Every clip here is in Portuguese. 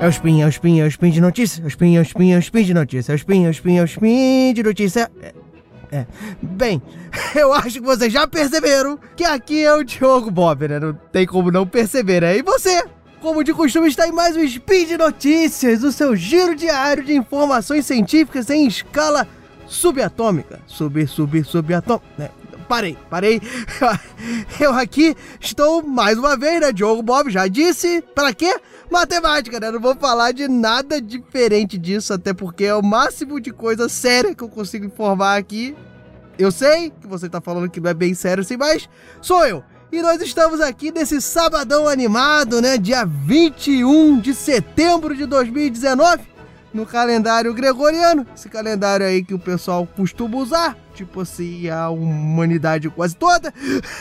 É o spin de notícia. É o spin de notícia. É o spin de notícia. Bem, eu acho que vocês já perceberam que aqui é o Diogo Bob, né? Não tem como não perceber, né? E você, como de costume, está em mais um Spin de Notícias, o seu giro diário de informações científicas em escala subatômica. Subatômica. Parei. Eu aqui estou mais uma vez, né? Diogo Bob já disse. Pra quê? Matemática, né? Não vou falar de nada diferente disso, até porque é o máximo de coisa séria que eu consigo informar aqui. Eu sei que você tá falando que não é bem sério assim, mas sou eu. E nós estamos aqui nesse sabadão animado, né? Dia 21 de setembro de 2019. No calendário gregoriano, esse calendário aí que o pessoal costuma usar, tipo assim, a humanidade quase toda.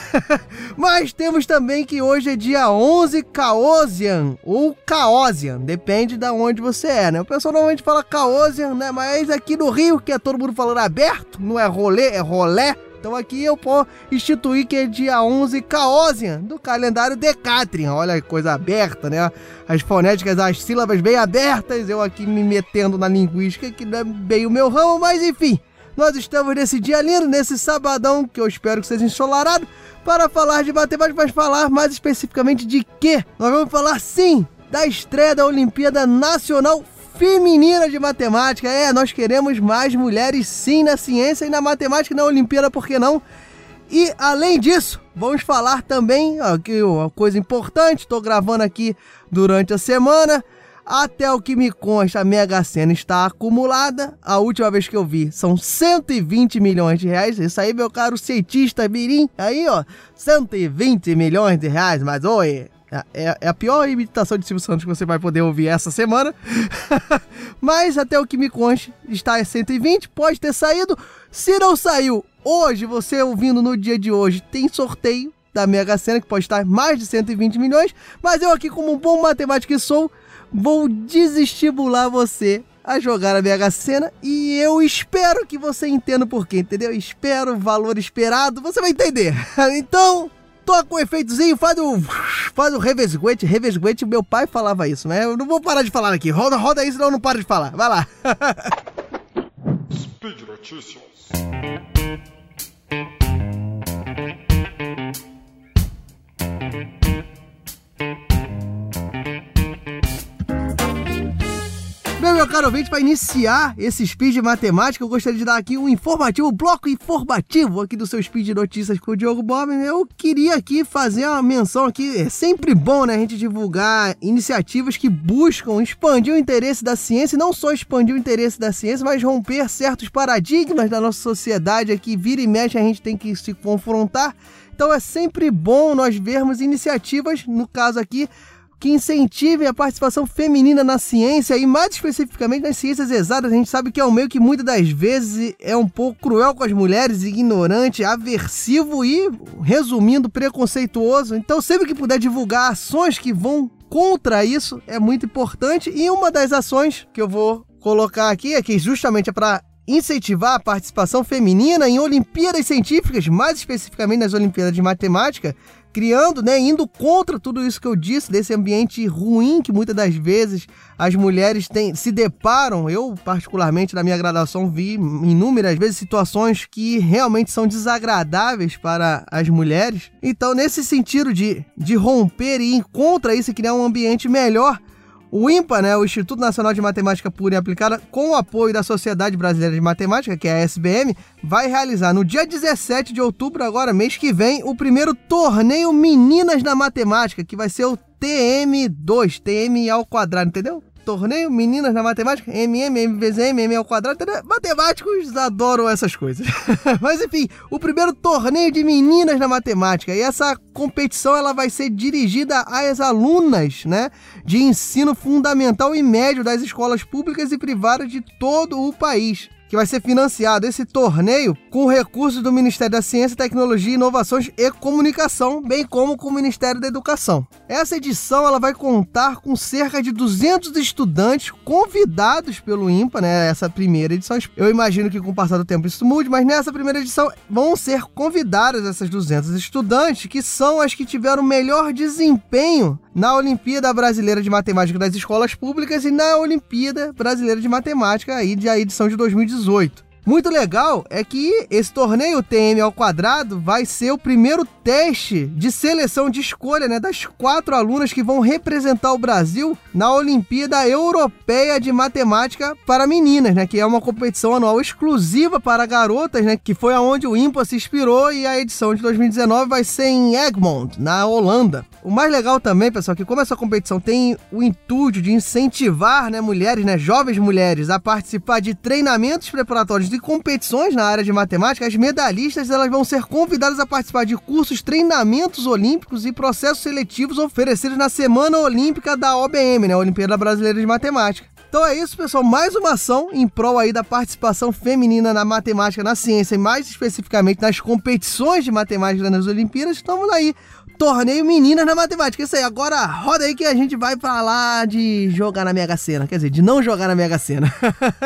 Mas temos também que hoje é dia 11 Caosian, ou Caosian, depende de onde você é, né? O pessoal normalmente fala Caosian, né? Mas aqui no Rio, que é todo mundo falando aberto, não é rolê, é rolé. Então aqui eu posso instituir que é dia 11 Caosian, do calendário Decatrian. Olha que coisa aberta, né? As fonéticas, as sílabas bem abertas, eu aqui me metendo na linguística, que não é bem o meu ramo, mas enfim. Nós estamos nesse dia lindo, nesse sabadão, que eu espero que seja ensolarado, para falar de matemática, mas falar mais especificamente de quê? Nós vamos falar, sim, da estreia da Olimpíada Nacional Feminina de Matemática. Nós queremos mais mulheres sim na ciência e na matemática e na Olimpíada, por que não? E além disso, vamos falar também, aqui uma coisa importante, estou gravando aqui durante a semana, até o que me consta, a Mega Sena está acumulada, a última vez que eu vi são 120 milhões de reais, isso aí meu caro cientista Mirim, aí 120 milhões de reais, mas oi... É a pior imitação de Silvio Santos que você vai poder ouvir essa semana. Mas até o que me conste, está em 120, pode ter saído. Se não saiu hoje, você ouvindo no dia de hoje, tem sorteio da Mega Sena, que pode estar mais de 120 milhões. Mas eu aqui, como um bom matemático que sou, vou desestimular você a jogar a Mega Sena. E eu espero que você entenda o porquê, entendeu? Espero o valor esperado, você vai entender. Então... toca o efeitozinho, faz o revesguete, meu pai falava isso, né? Eu não vou parar de falar aqui, roda aí, senão eu não paro de falar, vai lá. Speed Notícias. Meu caro ouvinte, para iniciar esse Speed de Matemática, eu gostaria de dar aqui um bloco informativo aqui do seu Speed de Notícias com o Diogo Bob. Eu queria aqui fazer uma menção aqui, é sempre bom, né, a gente divulgar iniciativas que buscam expandir o interesse da ciência, e não só expandir o interesse da ciência, mas romper certos paradigmas da nossa sociedade aqui, vira e mexe a gente tem que se confrontar. Então é sempre bom nós vermos iniciativas, no caso aqui, que incentivem a participação feminina na ciência e mais especificamente nas ciências exatas. A gente sabe que é um meio que muitas das vezes é um pouco cruel com as mulheres, ignorante, aversivo e, resumindo, preconceituoso. Então sempre que puder divulgar ações que vão contra isso é muito importante, e uma das ações que eu vou colocar aqui é que justamente é para incentivar a participação feminina em Olimpíadas científicas, mais especificamente nas Olimpíadas de Matemática, criando, né, indo contra tudo isso que eu disse, desse ambiente ruim que muitas das vezes as mulheres se deparam. Eu, particularmente, na minha graduação, vi inúmeras vezes situações que realmente são desagradáveis para as mulheres. Então, nesse sentido de romper e ir contra isso e criar um ambiente melhor, o INPA, né, o Instituto Nacional de Matemática Pura e Aplicada, com o apoio da Sociedade Brasileira de Matemática, que é a SBM, vai realizar no dia 17 de outubro, agora mês que vem, o primeiro torneio Meninas na Matemática, que vai ser o TM2, TM ao quadrado, entendeu? Torneio Meninas na Matemática, MM vezes M ao quadrado, entendeu? Matemáticos adoram essas coisas. Mas enfim, o primeiro torneio de meninas na matemática, e essa competição ela vai ser dirigida às alunas, né, de ensino fundamental e médio das escolas públicas e privadas de todo o país, que vai ser financiado esse torneio com recursos do Ministério da Ciência, Tecnologia, Inovações e Comunicação, bem como com o Ministério da Educação. Essa edição ela vai contar com cerca de 200 estudantes convidados pelo INPA, né? Essa primeira edição. Eu imagino que com o passar do tempo isso mude, mas nessa primeira edição vão ser convidadas essas 200 estudantes, que são as que tiveram melhor desempenho na Olimpíada Brasileira de Matemática das Escolas Públicas e na Olimpíada Brasileira de Matemática aí da edição de 2018. Muito legal é que esse torneio TM² vai ser o primeiro teste de seleção de escolha, né, das 4 alunas que vão representar o Brasil na Olimpíada Europeia de Matemática para meninas, né, que é uma competição anual exclusiva para garotas, né, que foi aonde o IMPA se inspirou, e a edição de 2019 vai ser em Egmond, na Holanda. O mais legal também, pessoal, é que como essa competição tem o intuito de incentivar, né, mulheres, né, jovens mulheres a participar de treinamentos preparatórios de competições na área de matemática, as medalhistas elas vão ser convidadas a participar de cursos, treinamentos olímpicos e processos seletivos oferecidos na Semana Olímpica da OBM, né, Olimpíada Brasileira de Matemática. Então é isso, pessoal, mais uma ação em prol aí da participação feminina na matemática, na ciência e mais especificamente nas competições de matemática nas Olimpíadas. Estamos aí, torneio Meninas na Matemática. Isso aí, agora roda aí que a gente vai falar de jogar na Mega Sena, quer dizer, de não jogar na Mega Sena.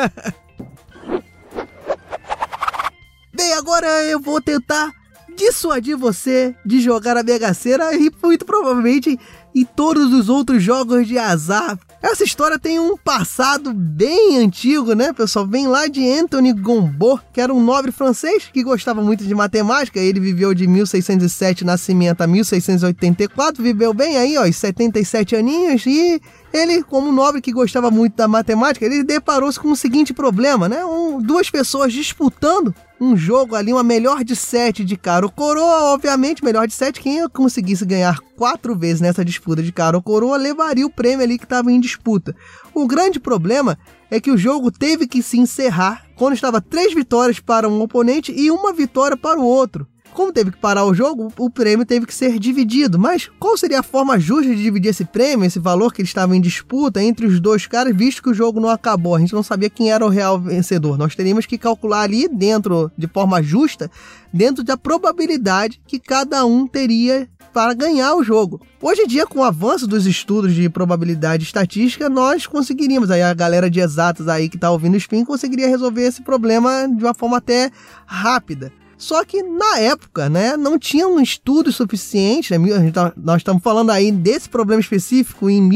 Bem, agora eu vou tentar dissuadir você de jogar a Mega Sena e muito provavelmente em todos os outros jogos de azar. Essa história tem um passado bem antigo, né, pessoal? Vem lá de Anthony Gombeau, que era um nobre francês que gostava muito de matemática. Ele viveu de 1607 nascimento a 1684, viveu bem aí, ó, os 77 aninhos, e ele, como nobre que gostava muito da matemática, ele deparou-se com o seguinte problema, né? Duas pessoas disputando um jogo ali, uma melhor de 7 de cara ou coroa. Obviamente, melhor de 7, quem conseguisse ganhar 4 vezes nessa disputa de cara ou coroa, levaria o prêmio ali que estava em disputa. O grande problema é que o jogo teve que se encerrar quando estava 3 vitórias para um oponente e 1 vitória para o outro. Como teve que parar o jogo, o prêmio teve que ser dividido. Mas qual seria a forma justa de dividir esse prêmio, esse valor que estava em disputa entre os dois caras, visto que o jogo não acabou? A gente não sabia quem era o real vencedor. Nós teríamos que calcular ali dentro, de forma justa, dentro da probabilidade que cada um teria para ganhar o jogo. Hoje em dia, com o avanço dos estudos de probabilidade estatística, nós conseguiríamos, aí a galera de exatas aí que está ouvindo o Spin conseguiria resolver esse problema de uma forma até rápida. Só que na época, né, não tinha um estudo suficiente, né, nós estamos falando aí desse problema específico em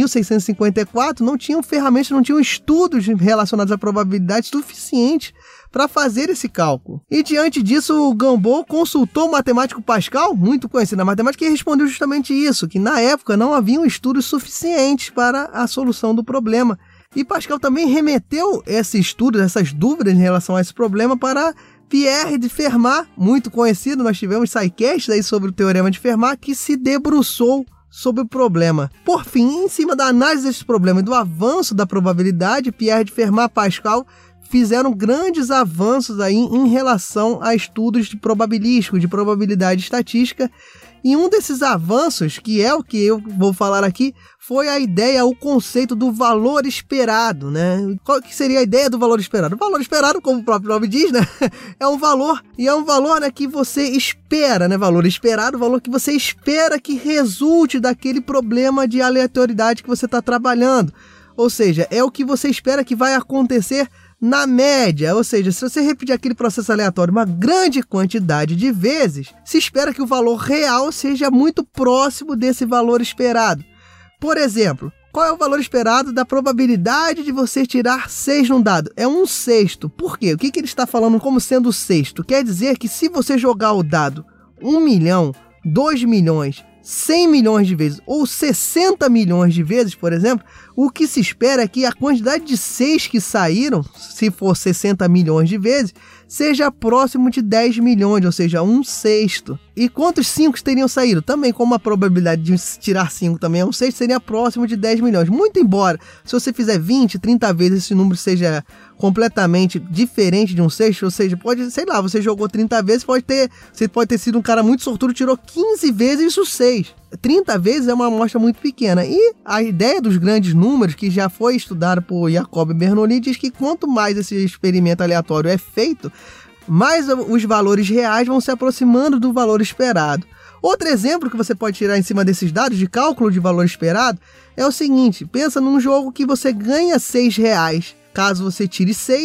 1654, não tinham ferramentas, não tinham estudos relacionados à probabilidade suficiente para fazer esse cálculo. E diante disso, o Gombeau consultou o matemático Pascal, muito conhecido na matemática, e respondeu justamente isso, que na época não haviam estudos suficientes para a solução do problema. E Pascal também remeteu esse estudo, essas dúvidas em relação a esse problema para Pierre de Fermat, muito conhecido. Nós tivemos sidecasts aí sobre o Teorema de Fermat, que se debruçou sobre o problema. Por fim, em cima da análise desse problema e do avanço da probabilidade, Pierre de Fermat e Pascal fizeram grandes avanços aí em relação a estudos de probabilístico, de probabilidade estatística. E um desses avanços, que é o que eu vou falar aqui, foi a ideia, o conceito do valor esperado, né? Qual que seria a ideia do valor esperado? O valor esperado, como o próprio nome diz, né? É um valor, e é um valor, né, que você espera, né? Valor esperado, valor que você espera que resulte daquele problema de aleatoriedade que você está trabalhando. Ou seja, é o que você espera que vai acontecer na média. Ou seja, se você repetir aquele processo aleatório uma grande quantidade de vezes, se espera que o valor real seja muito próximo desse valor esperado. Por exemplo, qual é o valor esperado da probabilidade de você tirar 6 num dado? É 1/6. Por quê? O que ele está falando como sendo o sexto? Quer dizer que se você jogar o dado 1 milhão, 2 milhões, 100 milhões de vezes ou 60 milhões de vezes, por exemplo, o que se espera é que a quantidade de 6 que saíram, se for 60 milhões de vezes, seja próximo de 10 milhões, ou seja, 1/6. E quantos 5 teriam saído? Também, como a probabilidade de tirar 5 também é 1/6, seria próximo de 10 milhões. Muito embora, se você fizer 20, 30 vezes, esse número seja completamente diferente de 1/6, ou seja, pode, sei lá, você jogou 30 vezes, você pode ter sido um cara muito sortudo, tirou 15 vezes isso 6. 30 vezes é uma amostra muito pequena. E a ideia dos grandes números, que já foi estudada por Jacob Bernoulli, diz que quanto mais esse experimento aleatório é feito, mais os valores reais vão se aproximando do valor esperado. Outro exemplo que você pode tirar em cima desses dados de cálculo de valor esperado é o seguinte: pensa num jogo que você ganha R$6. Caso você tire 6,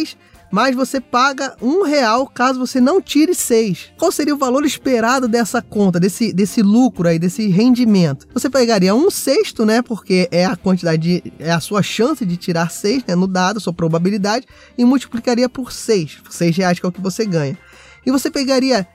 mas você paga R$1 caso você não tire 6. Qual seria o valor esperado dessa conta, desse lucro aí, desse rendimento? Você pegaria 1/6, né, porque é a quantidade, é a sua chance de tirar 6, né, no dado, sua probabilidade, e multiplicaria por 6, R$6 que é o que você ganha. E você pegaria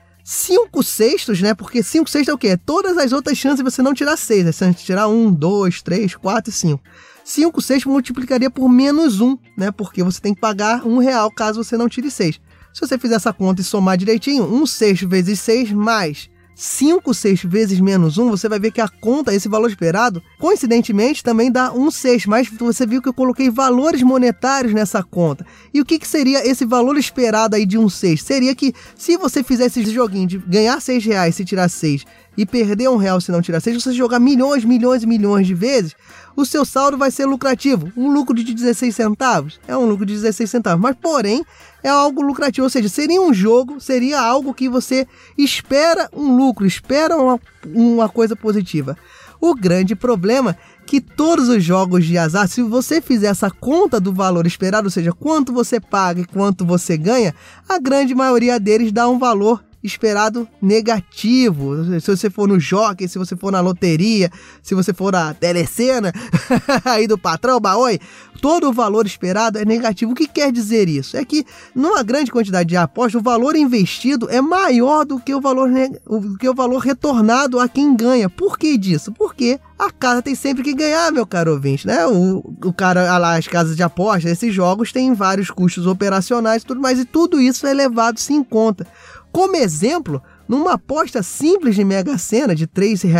5/6, né? Porque 5/6 é o quê? Todas as outras chances de você não tirar 6. É chance de tirar 1, 2, 3, 4 e 5. 5/6 multiplicaria por -1, né? Porque você tem que pagar R$1 caso você não tire 6. Se você fizer essa conta e somar direitinho, 1/6 vezes 6 mais 5/6 vezes -1, você vai ver que a conta, esse valor esperado, coincidentemente também dá 1/6, mas você viu que eu coloquei valores monetários nessa conta. E o que seria esse valor esperado aí de 1/6? Seria que se você fizesse esse joguinho de ganhar R$6 se tirar 6 e perder R$1 se não tirar 6, se você jogar milhões, milhões e milhões de vezes, o seu saldo vai ser lucrativo. Um lucro de 16 centavos é um lucro de 16 centavos, mas porém é algo lucrativo, ou seja, seria um jogo, seria algo que você espera um lucro, espera uma coisa positiva. O grande problema é que todos os jogos de azar, se você fizer essa conta do valor esperado, ou seja, quanto você paga e quanto você ganha, a grande maioria deles dá um valor esperado negativo. Se você for no jockey, se você for na loteria, se você for na telecena aí do patrão, Baoi, todo o valor esperado é negativo. O que quer dizer isso? É que numa grande quantidade de apostas, o valor investido é maior do que o valor retornado a quem ganha. Por que disso? Porque a casa tem sempre que ganhar, meu caro ouvinte, né? O cara lá, as casas de apostas, esses jogos têm vários custos operacionais e tudo mais, e tudo isso é levado-se em conta. Como exemplo, numa aposta simples de Mega Sena de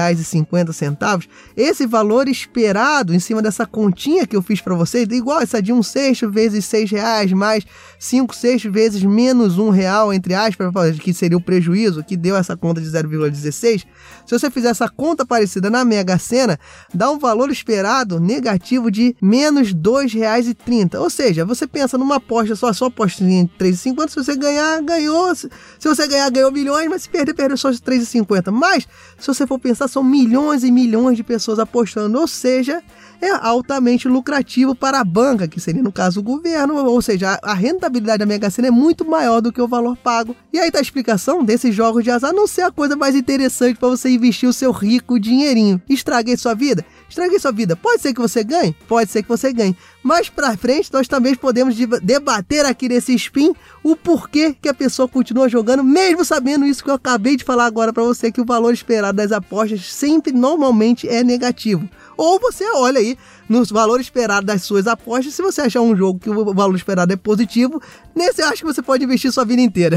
R$3,50, esse valor esperado em cima dessa continha que eu fiz para vocês, igual essa de 1/6 vezes R$6 mais 5/6 vezes -R$1, entre aspas, que seria o prejuízo, que deu essa conta de 0,16. Se você fizer essa conta parecida na Mega Sena, dá um valor esperado negativo de -R$2,30. Ou seja, você pensa numa aposta só apostinha de R$3,50, se você ganhar, ganhou. Se você ganhar, ganhou milhões, mas se perder, perdeu só de R$3,50. Mas, se você for pensar, são milhões e milhões de pessoas apostando, ou seja, é altamente lucrativo para a banca, que seria no caso o governo, ou seja, a rentabilidade da Mega Sena é muito maior do que o valor pago. E aí tá a explicação desses jogos de azar não ser a coisa mais interessante para você investir o seu rico dinheirinho. Estraguei sua vida? Estraguei sua vida. Pode ser que você ganhe? Pode ser que você ganhe. Mais pra frente, nós também podemos debater aqui nesse spin o porquê que a pessoa continua jogando, mesmo sabendo isso que eu acabei de falar agora para você, que o valor esperado das apostas sempre, normalmente, é negativo. Ou você olha aí nos valores esperados das suas apostas, se você achar um jogo que o valor esperado é positivo, nesse eu acho que você pode investir sua vida inteira.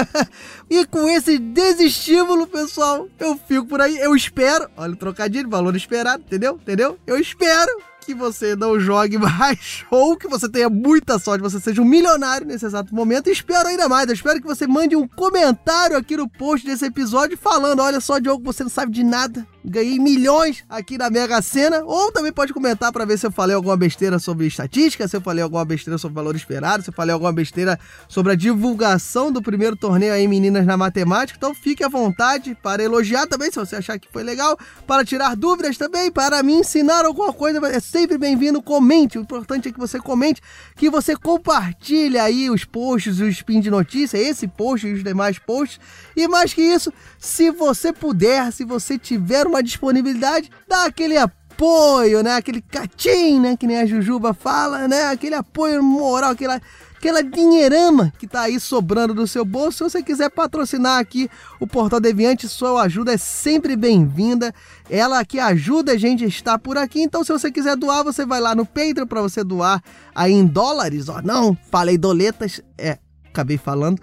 E com esse desestímulo, pessoal, eu fico por aí, eu espero, olha o trocadilho, valor esperado, entendeu? Eu espero que você não jogue mais, ou que você tenha muita sorte, você seja um milionário nesse exato momento. E espero ainda mais, eu espero que você mande um comentário aqui no post desse episódio falando: olha só, Diogo, você não sabe de nada, ganhei milhões aqui na Mega Sena. Ou também pode comentar para ver se eu falei alguma besteira sobre estatística, se eu falei alguma besteira sobre valor esperado, se eu falei alguma besteira sobre a divulgação do primeiro torneio aí, Meninas na Matemática. Então fique à vontade para elogiar também, se você achar que foi legal, para tirar dúvidas também, para me ensinar alguma coisa. É sempre bem-vindo, comente. O importante é que você comente, que você compartilhe aí os posts, o spin de notícia, esse post e os demais posts. E mais que isso, se você puder, se você tiver uma disponibilidade, dá aquele apoio, né? Aquele catim, né? Que nem a Jujuba fala, né? Aquele apoio moral, aquela dinheirama que tá aí sobrando do seu bolso. Se você quiser patrocinar aqui o Portal Deviante, sua ajuda é sempre bem-vinda. Ela que ajuda a gente a estar por aqui. Então, se você quiser doar, você vai lá no Patreon para você doar aí em dólares. Ó, não, falei doletas, acabei falando.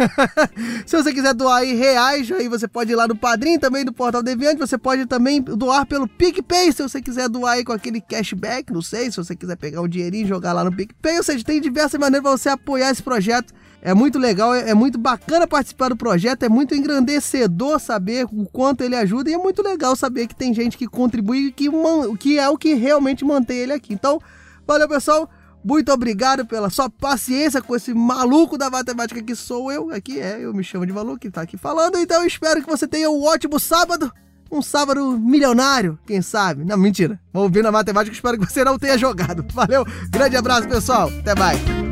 Se você quiser doar em reais, aí você pode ir lá no Padrim também do Portal Deviante. Você pode também doar pelo PicPay, se você quiser doar aí com aquele cashback, não sei, se você quiser pegar o dinheirinho e jogar lá no PicPay. Ou seja, tem diversas maneiras para você apoiar esse projeto. É muito legal, é muito bacana participar do projeto, é muito engrandecedor saber o quanto ele ajuda, e é muito legal saber que tem gente que contribui e que é o que realmente mantém ele aqui. Então, valeu, pessoal! Muito obrigado pela sua paciência com esse maluco da matemática que sou eu. Eu me chamo de maluco que tá aqui falando. Então eu espero que você tenha um ótimo sábado. Um sábado milionário, quem sabe? Não, mentira. Vamos ouvir na matemática, espero que você não tenha jogado. Valeu, grande abraço, pessoal. Até mais.